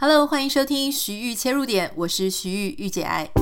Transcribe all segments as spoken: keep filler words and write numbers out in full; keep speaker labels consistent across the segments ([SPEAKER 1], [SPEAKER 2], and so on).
[SPEAKER 1] Hello， 欢迎收听徐玉切入点，我是徐玉玉姐爱。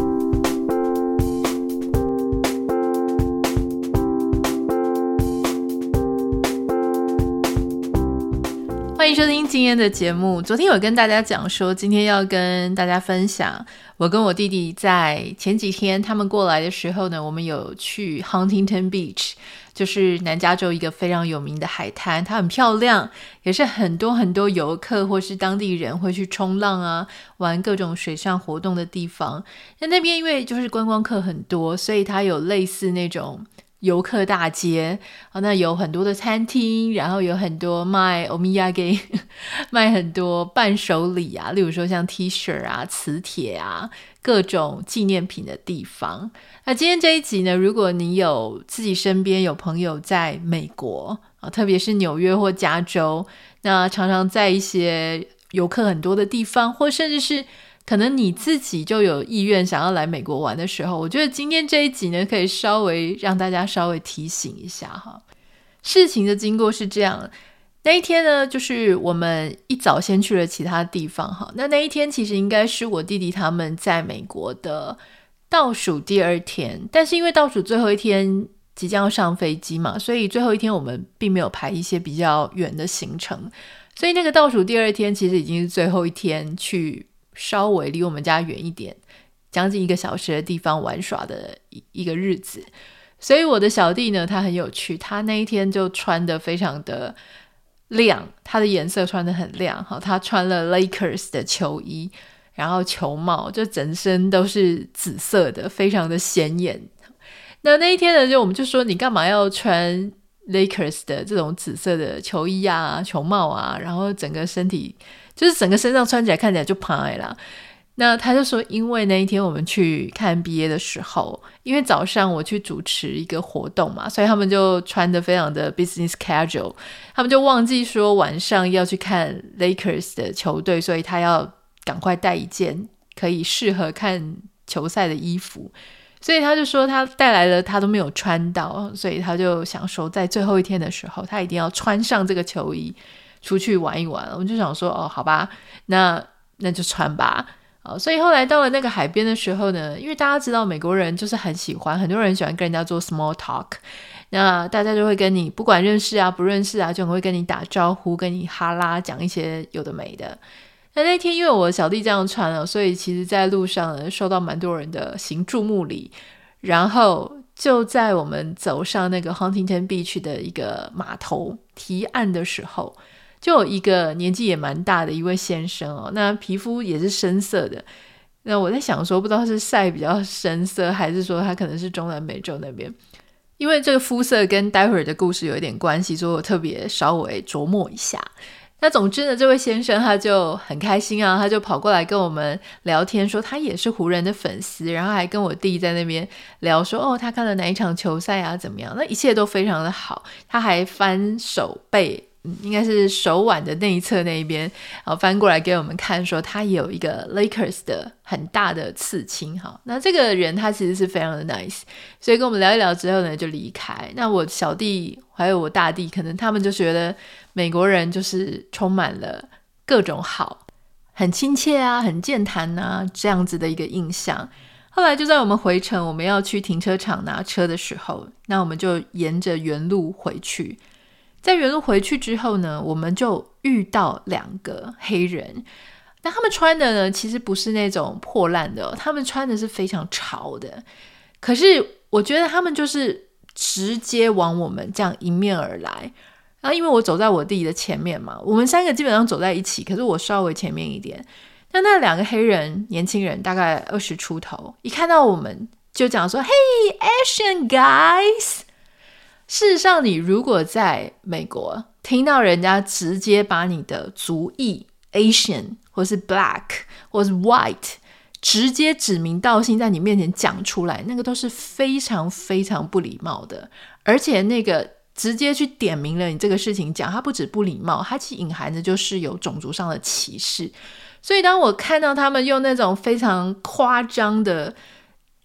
[SPEAKER 1] 欢迎收听今天的节目。昨天有跟大家讲说，今天要跟大家分享我跟我弟弟在前几天他们过来的时候呢，我们有去 Huntington Beach， 就是南加州一个非常有名的海滩，它很漂亮，也是很多很多游客或是当地人会去冲浪啊，玩各种水上活动的地方。那那边因为就是观光客很多，所以它有类似那种游客大街、啊、那有很多的餐厅，然后有很多卖おみやげ卖很多伴手礼啊，例如说像 T 恤啊、磁铁啊，各种纪念品的地方。那今天这一集呢，如果你有自己身边有朋友在美国、啊、特别是纽约或加州，那常常在一些游客很多的地方，或甚至是可能你自己就有意愿想要来美国玩的时候，我觉得今天这一集呢，可以稍微让大家稍微提醒一下哈。事情的经过是这样，那一天呢，就是我们一早先去了其他地方哈。那那一天其实应该是我弟弟他们在美国的倒数第二天，但是因为倒数最后一天即将要上飞机嘛，所以最后一天我们并没有排一些比较远的行程，所以那个倒数第二天其实已经是最后一天去稍微离我们家远一点，将近一个小时的地方玩耍的一个日子。所以我的小弟呢，他很有趣，他那一天就穿得非常的亮，他的颜色穿得很亮，他穿了 Lakers 的球衣，然后球帽，就整身都是紫色的，非常的显眼。那那一天呢，就我们就说你干嘛要穿 Lakers 的这种紫色的球衣啊、球帽啊，然后整个身体就是整个身上穿起来看起来就派啦。那他就说因为那一天我们去看 N B A 的时候，因为早上我去主持一个活动嘛，所以他们就穿得非常的 business casual， 他们就忘记说晚上要去看 Lakers 的球队，所以他要赶快带一件可以适合看球赛的衣服，所以他就说他带来了他都没有穿到，所以他就想说在最后一天的时候他一定要穿上这个球衣出去玩一玩。我们就想说哦，好吧，那那就穿吧。哦、所以后来到了那个海边的时候呢，因为大家知道美国人就是很喜欢，很多人喜欢跟人家做 small talk， 那大家就会跟你不管认识啊不认识啊，就很会跟你打招呼，跟你哈拉，讲一些有的没的。那那天因为我小弟这样穿了，所以其实在路上呢受到蛮多人的行注目礼，然后就在我们走上那个 Huntington Beach 的一个码头堤岸的时候，就有一个年纪也蛮大的一位先生哦，那皮肤也是深色的。那我在想说，不知道是晒比较深色，还是说他可能是中南美洲那边，因为这个肤色跟待会儿的故事有一点关系，所以我特别稍微琢磨一下。那总之呢，这位先生他就很开心啊，他就跑过来跟我们聊天，说他也是湖人的粉丝，然后还跟我弟在那边聊说哦，他看了哪一场球赛啊怎么样，那一切都非常的好。他还翻手背，嗯、应该是手腕的内侧那一边，然后翻过来给我们看说他也有一个 Lakers 的很大的刺青。好，那这个人他其实是非常的 nice， 所以跟我们聊一聊之后呢就离开。那我小弟还有我大弟可能他们就觉得美国人就是充满了各种好，很亲切啊，很健谈啊，这样子的一个印象。后来就在我们回程我们要去停车场拿车的时候，那我们就沿着原路回去。在原路回去之后呢，我们就遇到两个黑人。那他们穿的呢其实不是那种破烂的、哦、他们穿的是非常潮的，可是我觉得他们就是直接往我们这样迎面而来。然后因为我走在我弟的前面嘛，我们三个基本上走在一起，可是我稍微前面一点。那那两个黑人年轻人大概二十出头，一看到我们就讲说 Hey Asian guys。 事实上你如果在美国听到人家直接把你的族裔 Asian 或是 Black 或是 White 直接指名道姓在你面前讲出来，那个都是非常非常不礼貌的。而且那个直接去点名了你这个事情讲，它不止不礼貌，它其实隐含的就是有种族上的歧视。所以当我看到他们用那种非常夸张的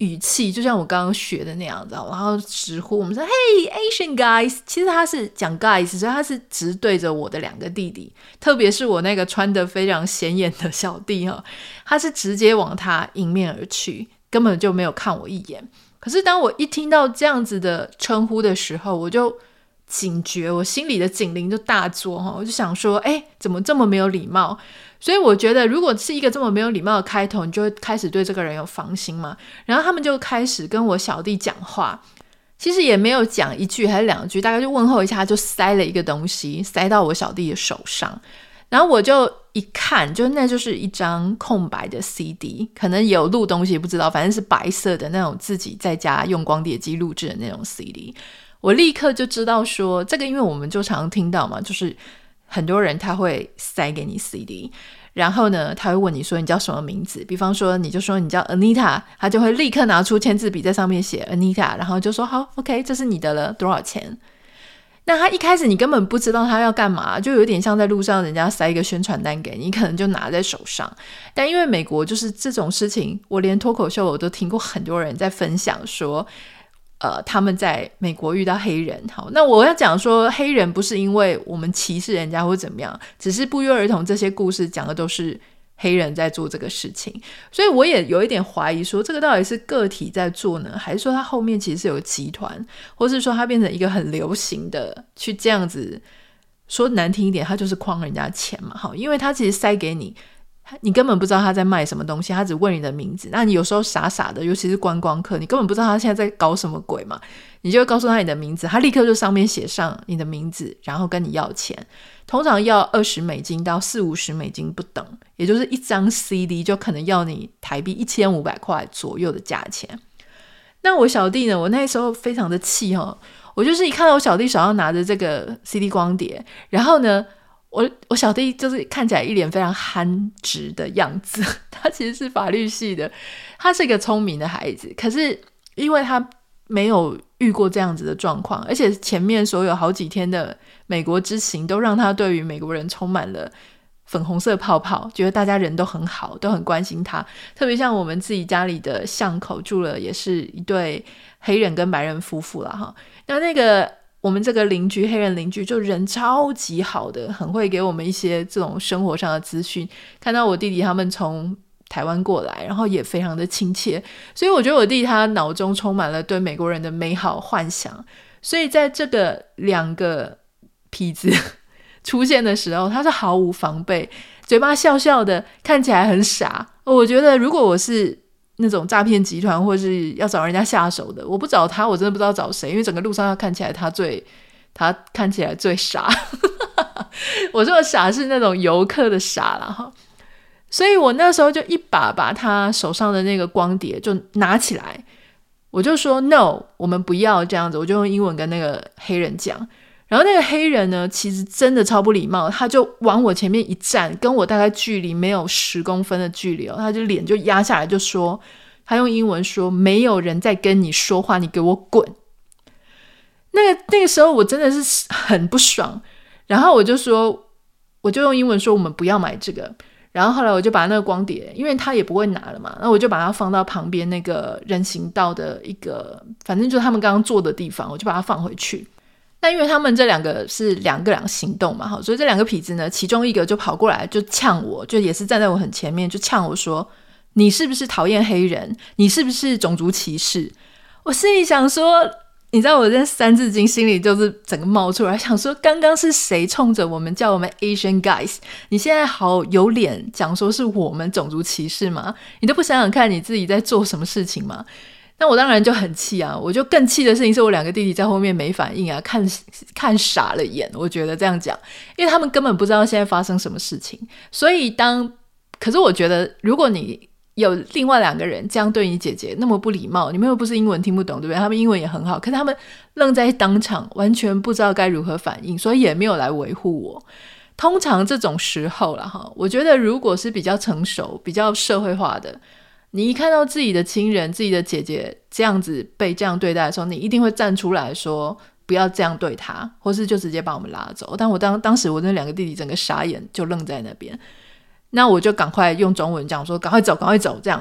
[SPEAKER 1] 语气就像我刚刚学的那样子，然后直呼我们说 Hey Asian guys， 其实他是讲 guys， 所以他是直对着我的两个弟弟，特别是我那个穿得非常显眼的小弟，他是直接往他迎面而去，根本就没有看我一眼。可是当我一听到这样子的称呼的时候，我就警觉，我心里的警铃就大作，我就想说诶，怎么这么没有礼貌。所以我觉得如果是一个这么没有礼貌的开头，你就会开始对这个人有防心嘛。然后他们就开始跟我小弟讲话，其实也没有讲一句还是两句，大概就问候一下，就塞了一个东西塞到我小弟的手上。然后我就一看，就那就是一张空白的 C D， 可能有录东西不知道，反正是白色的那种自己在家用光碟机录制的那种 C D。 我立刻就知道说这个，因为我们就常听到嘛，就是很多人他会塞给你 C D， 然后呢他会问你说你叫什么名字，比方说你就说你叫 Anita， 他就会立刻拿出签字笔在上面写 Anita， 然后就说好 OK 这是你的了，多少钱。那他一开始你根本不知道他要干嘛，就有点像在路上人家塞一个宣传单给你，你可能就拿在手上。但因为美国就是这种事情，我连脱口秀我都听过很多人在分享说呃，他们在美国遇到黑人。好，那我要讲说黑人不是因为我们歧视人家或怎么样，只是不约而同这些故事讲的都是黑人在做这个事情。所以我也有一点怀疑说这个到底是个体在做呢，还是说他后面其实是有集团，或是说他变成一个很流行的去这样子，说难听一点他就是诓人家钱嘛。好，因为他其实塞给你，你根本不知道他在卖什么东西，他只问你的名字。那你有时候傻傻的，尤其是观光客，你根本不知道他现在在搞什么鬼嘛，你就会告诉他你的名字，他立刻就上面写上你的名字，然后跟你要钱，通常要二十美金到四五十美金不等，也就是一张 C D 就可能要你台币一千五百块左右的价钱。那我小弟呢，我那时候非常的气哦，我就是一看到我小弟手上拿着这个 C D 光碟，然后呢我, 我小弟就是看起来一脸非常憨直的样子，他其实是法律系的，他是一个聪明的孩子，可是因为他没有遇过这样子的状况，而且前面所有好几天的美国之行都让他对于美国人充满了粉红色泡泡，觉得大家人都很好，都很关心他。特别像我们自己家里的巷口住了也是一对黑人跟白人夫妇啦哈，那那个我们这个邻居黑人邻居就人超级好的，很会给我们一些这种生活上的资讯，看到我弟弟他们从台湾过来，然后也非常的亲切，所以我觉得我弟他脑中充满了对美国人的美好幻想。所以在这个两个痞子出现的时候，他是毫无防备，嘴巴笑笑的，看起来很傻。我觉得如果我是那种诈骗集团或是要找人家下手的，我不找他我真的不知道找谁，因为整个路上他看起来他最他看起来最傻我说的傻是那种游客的傻啦哈。所以我那时候就一把把他手上的那个光碟就拿起来，我就说 no 我们不要这样子，我就用英文跟那个黑人讲。然后那个黑人呢其实真的超不礼貌，他就往我前面一站，跟我大概距离没有十公分的距离哦，他就脸就压下来，就说他用英文说没有人在跟你说话，你给我滚。那个那个时候我真的是很不爽，然后我就说我就用英文说我们不要买这个。然后后来我就把那个光碟，因为他也不会拿了嘛，那我就把它放到旁边那个人行道的一个反正就是他们刚刚坐的地方，我就把它放回去。那因为他们这两个是两个两行动嘛，所以这两个痞子呢，其中一个就跑过来就呛我，就也是站在我很前面，就呛我说你是不是讨厌黑人，你是不是种族歧视。我心里想说你知道我这三字经心里就是整个冒出来，想说刚刚是谁冲着我们叫我们 Asian guys， 你现在好有脸讲说是我们种族歧视吗？你都不想想看你自己在做什么事情吗？那我当然就很气啊，我就更气的事情是我两个弟弟在后面没反应啊，看看傻了眼。我觉得这样讲，因为他们根本不知道现在发生什么事情，所以当可是我觉得如果你有另外两个人这样对你姐姐那么不礼貌，你们又不是英文听不懂对不对？他们英文也很好，可是他们愣在当场完全不知道该如何反应，所以也没有来维护我。通常这种时候啦哈，我觉得如果是比较成熟比较社会化的，你一看到自己的亲人自己的姐姐这样子被这样对待的时候，你一定会站出来说不要这样对她，或是就直接把我们拉走。但我当当时我那两个弟弟整个傻眼，就愣在那边。那我就赶快用中文讲说赶快走赶快走这样子，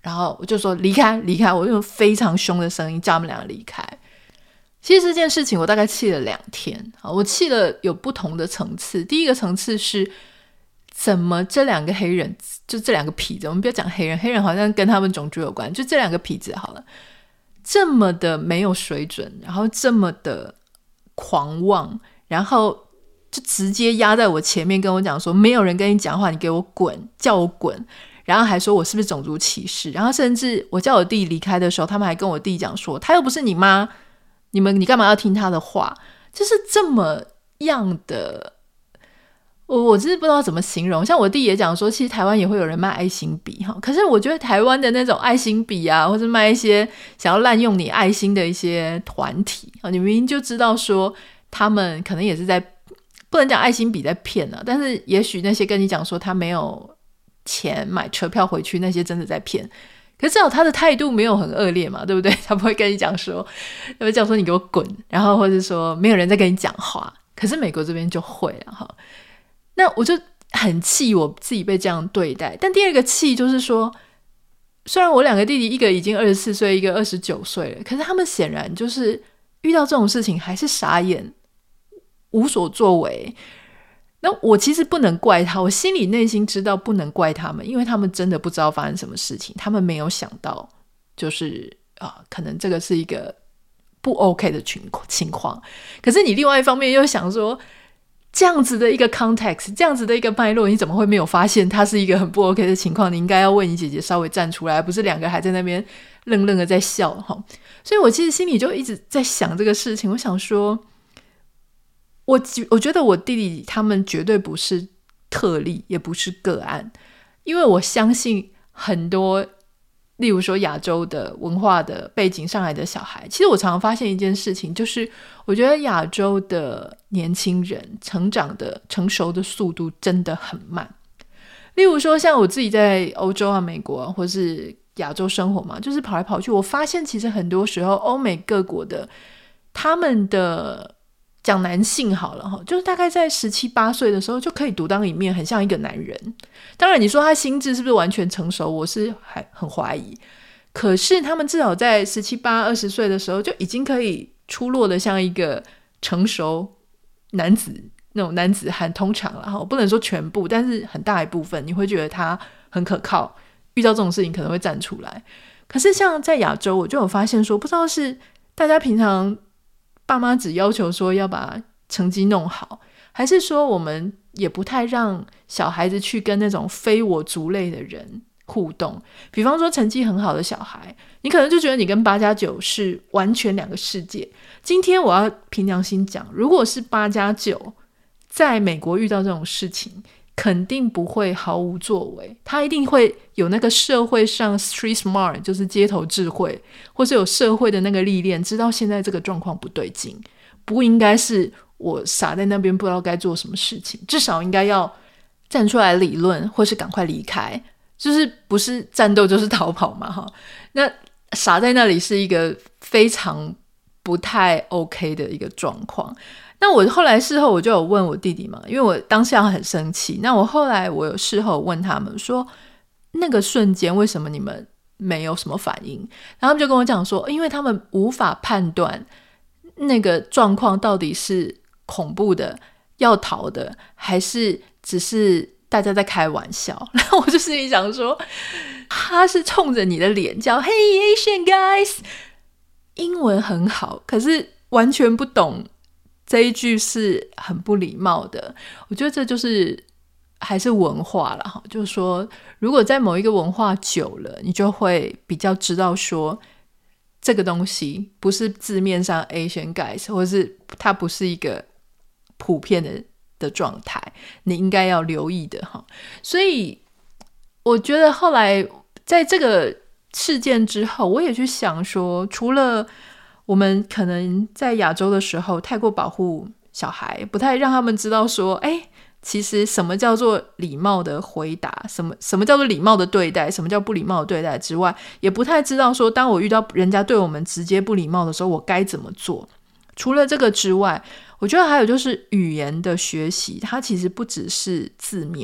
[SPEAKER 1] 然后我就说离开离开，我用非常凶的声音叫他们两个离开。其实这件事情我大概气了两天，我气了有不同的层次。第一个层次是怎么这两个黑人，就这两个痞子，我们不要讲黑人，黑人好像跟他们种族有关，就这两个痞子好了，这么的没有水准，然后这么的狂妄，然后就直接压在我前面跟我讲说没有人跟你讲话，你给我滚，叫我滚，然后还说我是不是种族歧视，然后甚至我叫我弟离开的时候，他们还跟我弟讲说他又不是你妈，你们你干嘛要听他的话，就是这么样的，我我真是不知道怎么形容。像我弟也讲说其实台湾也会有人卖爱心笔，可是我觉得台湾的那种爱心笔啊，或是卖一些想要滥用你爱心的一些团体，你明明就知道说他们可能也是在，不能讲爱心笔在骗啊，但是也许那些跟你讲说他没有钱买车票回去，那些真的在骗。可是至少他的态度没有很恶劣嘛，对不对？他不会跟你讲说，他会讲说你给我滚，然后或者说没有人在跟你讲话。可是美国这边就会了哈。那我就很气我自己被这样对待。但第二个气就是说，虽然我两个弟弟一个已经二十四岁，一个二十九岁了，可是他们显然就是遇到这种事情还是傻眼，无所作为。那我其实不能怪他，我心里内心知道不能怪他们，因为他们真的不知道发生什么事情，他们没有想到就是啊、呃，可能这个是一个不 OK 的情况。可是你另外一方面又想说，这样子的一个 context， 这样子的一个脉络，你怎么会没有发现它是一个很不 OK 的情况？你应该要为你姐姐稍微站出来，不是两个还在那边愣愣的在笑哈。所以我其实心里就一直在想这个事情，我想说我我觉得我弟弟他们绝对不是特例，也不是个案，因为我相信很多例如说亚洲的文化的背景上来的小孩，其实我常常发现一件事情，就是我觉得亚洲的年轻人成长的成熟的速度真的很慢。例如说像我自己在欧洲啊、美国啊或是亚洲生活嘛，就是跑来跑去，我发现其实很多时候欧美各国的他们的讲男性好了，就是大概在十七八岁的时候就可以独当一面，很像一个男人。当然你说他心智是不是完全成熟，我是还很怀疑，可是他们至少在十七八二十岁的时候就已经可以出落的像一个成熟男子，那种男子汉。通常啦，我不能说全部，但是很大一部分你会觉得他很可靠，遇到这种事情可能会站出来。可是像在亚洲，我就有发现说，不知道是大家平常爸妈只要求说要把成绩弄好，还是说我们也不太让小孩子去跟那种非我族类的人互动。比方说成绩很好的小孩，你可能就觉得你跟八加九是完全两个世界。今天我要凭良心讲，如果是八加九在美国遇到这种事情，肯定不会毫无作为，他一定会有那个社会上 street smart， 就是街头智慧，或是有社会的那个历练，知道现在这个状况不对劲，不应该是我傻在那边不知道该做什么事情，至少应该要站出来理论，或是赶快离开，就是不是战斗就是逃跑嘛哈。那傻在那里是一个非常不太 OK 的一个状况。那我后来事后我就有问我弟弟嘛，因为我当下很生气，那我后来我有事后问他们说，那个瞬间为什么你们没有什么反应？然后他们就跟我讲说，因为他们无法判断那个状况到底是恐怖的要逃的，还是只是大家在开玩笑。然后我就心里想说，他是冲着你的脸叫 Hey Asian guys， 英文很好，可是完全不懂这一句是很不礼貌的。我觉得这就是还是文化啦，就是说如果在某一个文化久了，你就会比较知道说这个东西不是字面上 Asian guys， 或是它不是一个普遍的的状态，你应该要留意的哈。所以我觉得后来在这个事件之后，我也去想说，除了我们可能在亚洲的时候太过保护小孩，不太让他们知道说，哎，其实什么叫做礼貌的回答，什么什么叫做礼貌的对待，什么叫不礼貌的对待之外，也不太知道说当我遇到人家对我们直接不礼貌的时候，我该怎么做。除了这个之外，我觉得还有就是语言的学习，它其实不只是字面，它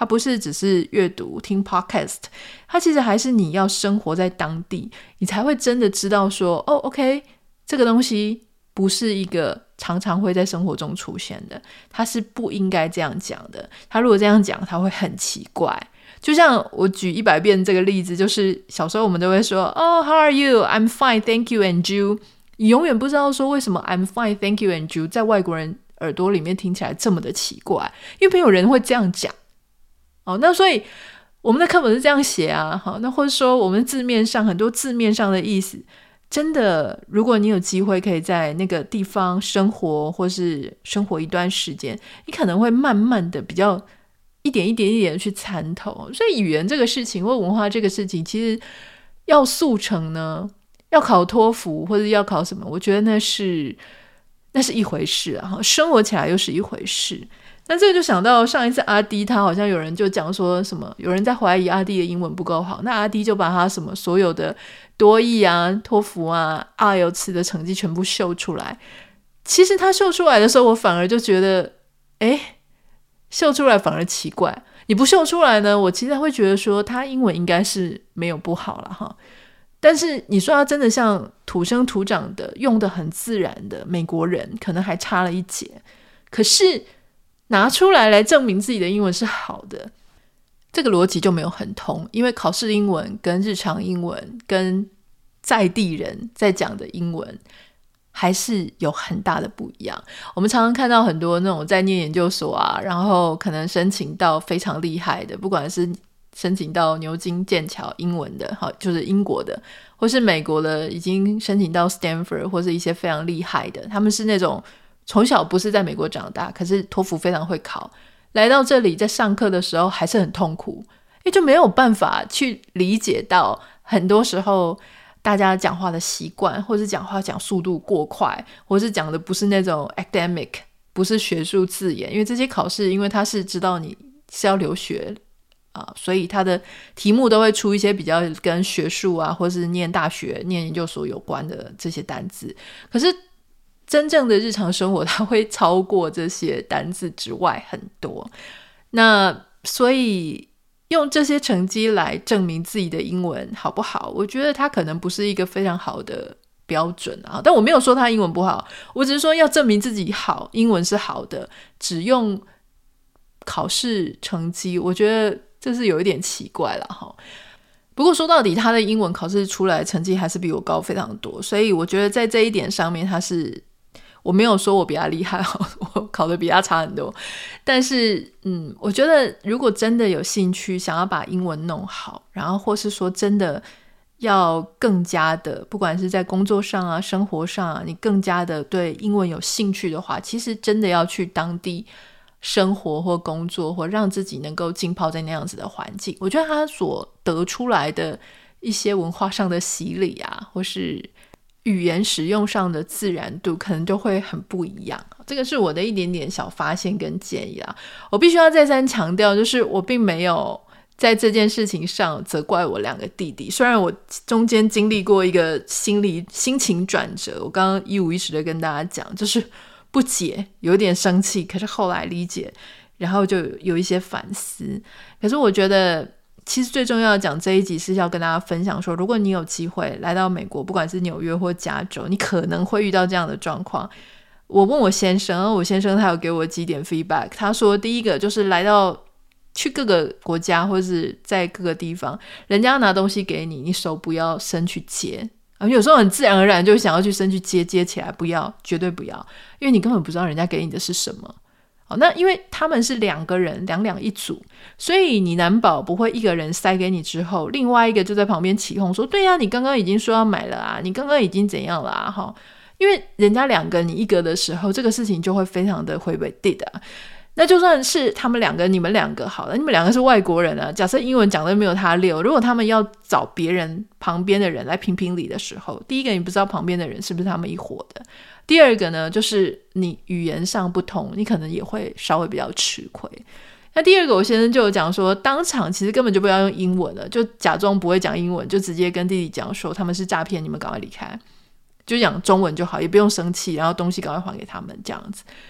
[SPEAKER 1] 它不是只是阅读听 podcast， 它其实还是你要生活在当地，你才会真的知道说哦 OK 这个东西不是一个常常会在生活中出现的，它是不应该这样讲的，它如果这样讲它会很奇怪。就像我举一百遍这个例子，就是小时候我们都会说哦 How are you? I'm fine, thank you and you， 你永远不知道说为什么 I'm fine, thank you and you 在外国人耳朵里面听起来这么的奇怪，因为没有人会这样讲哦。那所以我们的课本是这样写啊，好，那或者说我们字面上很多字面上的意思，真的如果你有机会可以在那个地方生活或是生活一段时间，你可能会慢慢的比较一点一点一点去参透。所以语言这个事情或文化这个事情，其实要速成呢，要考托福或者要考什么，我觉得那是那是一回事啊，生活起来又是一回事。那这个就想到上一次阿滴，他好像有人就讲说什么，有人在怀疑阿滴的英文不够好，那阿滴就把他什么所有的多益啊、托福啊、I E L T S 的成绩全部秀出来。其实他秀出来的时候，我反而就觉得，诶，秀出来反而奇怪。你不秀出来呢，我其实会觉得说他英文应该是没有不好了哈。但是你说他真的像土生土长的用得很自然的美国人，可能还差了一截。可是拿出来来证明自己的英文是好的，这个逻辑就没有很通，因为考试英文跟日常英文跟在地人在讲的英文还是有很大的不一样。我们常常看到很多那种在念研究所啊，然后可能申请到非常厉害的，不管是申请到牛津、剑桥英文的，就是英国的，或是美国的已经申请到 Stanford 或是一些非常厉害的，他们是那种从小不是在美国长大，可是托福非常会考，来到这里在上课的时候还是很痛苦，因为就没有办法去理解到很多时候大家讲话的习惯，或是讲话讲速度过快，或是讲的不是那种 academic， 不是学术字眼。因为这些考试因为他是知道你是要留学啊，所以他的题目都会出一些比较跟学术啊或是念大学念研究所有关的这些单字，可是真正的日常生活它会超过这些单字之外很多。那所以用这些成绩来证明自己的英文好不好，我觉得它可能不是一个非常好的标准啊。但我没有说他英文不好，我只是说要证明自己好，英文是好的，只用考试成绩，我觉得这是有一点奇怪啦齁。不过说到底他的英文考试出来成绩还是比我高非常多，所以我觉得在这一点上面他是，我没有说我比他厉害，我考得比他差很多，但是嗯，我觉得如果真的有兴趣想要把英文弄好，然后或是说真的要更加的不管是在工作上啊生活上啊，你更加的对英文有兴趣的话，其实真的要去当地生活或工作，或让自己能够浸泡在那样子的环境，我觉得他所得出来的一些文化上的洗礼啊，或是语言使用上的自然度可能就会很不一样。这个是我的一点点小发现跟建议啦。我必须要再三强调，就是我并没有在这件事情上责怪我两个弟弟，虽然我中间经历过一个心理心情转折，我刚刚一五一十的跟大家讲，就是不解有点生气，可是后来理解，然后就有一些反思。可是我觉得其实最重要的讲这一集是要跟大家分享说，如果你有机会来到美国，不管是纽约或加州，你可能会遇到这样的状况。我问我先生，我先生他有给我几点 feedback， 他说第一个就是来到去各个国家或是在各个地方，人家拿东西给你，你手不要伸去接，有时候很自然而然就想要去伸去接，接起来不要，绝对不要，因为你根本不知道人家给你的是什么。好，那因为他们是两个人两两一组，所以你难保不会一个人塞给你之后，另外一个就在旁边起哄说，对啊，你刚刚已经说要买了啊，你刚刚已经怎样了啊，因为人家两个你一个的时候，这个事情就会非常的会被 did 啊。那就算是他们两个你们两个好了，你们两个是外国人啊，假设英文讲的没有他溜，如果他们要找别人旁边的人来评评理的时候，第一个你不知道旁边的人是不是他们一伙的，第二个呢就是你语言上不同，你可能也会稍微比较吃亏。那第二个我先生就有讲说，当场其实根本就不要用英文了，就假装不会讲英文，就直接跟弟弟讲说他们是诈骗，你们赶快离开，就讲中文就好，也不用生气，然后东西赶快还给他们这样子。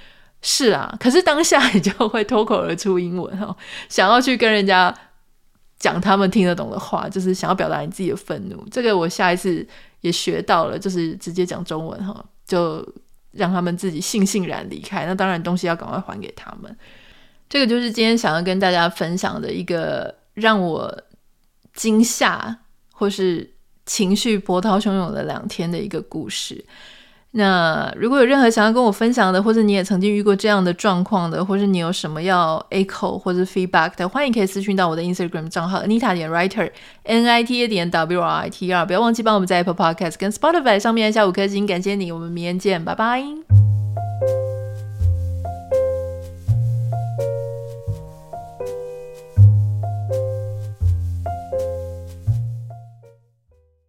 [SPEAKER 1] 是啊，可是当下你就会脱口而出英文、哦、想要去跟人家讲他们听得懂的话，就是想要表达你自己的愤怒。这个我下一次也学到了，就是直接讲中文、哦、就让他们自己悻悻然离开，那当然东西要赶快还给他们。这个就是今天想要跟大家分享的一个让我惊吓或是情绪波涛汹涌的两天的一个故事。那如果有任何想要跟我分享的，或者你也曾经遇过这样的状况的，或者你有什么要 echo 或者 feedback 的，欢迎可以私讯到我的 Instagram 账号 Anita 点 Writer N I T A 点 W R I T R。 不要忘记帮我们在 Apple Podcast 跟 Spotify 上面按下五颗星，感谢你，我们明天见，拜拜。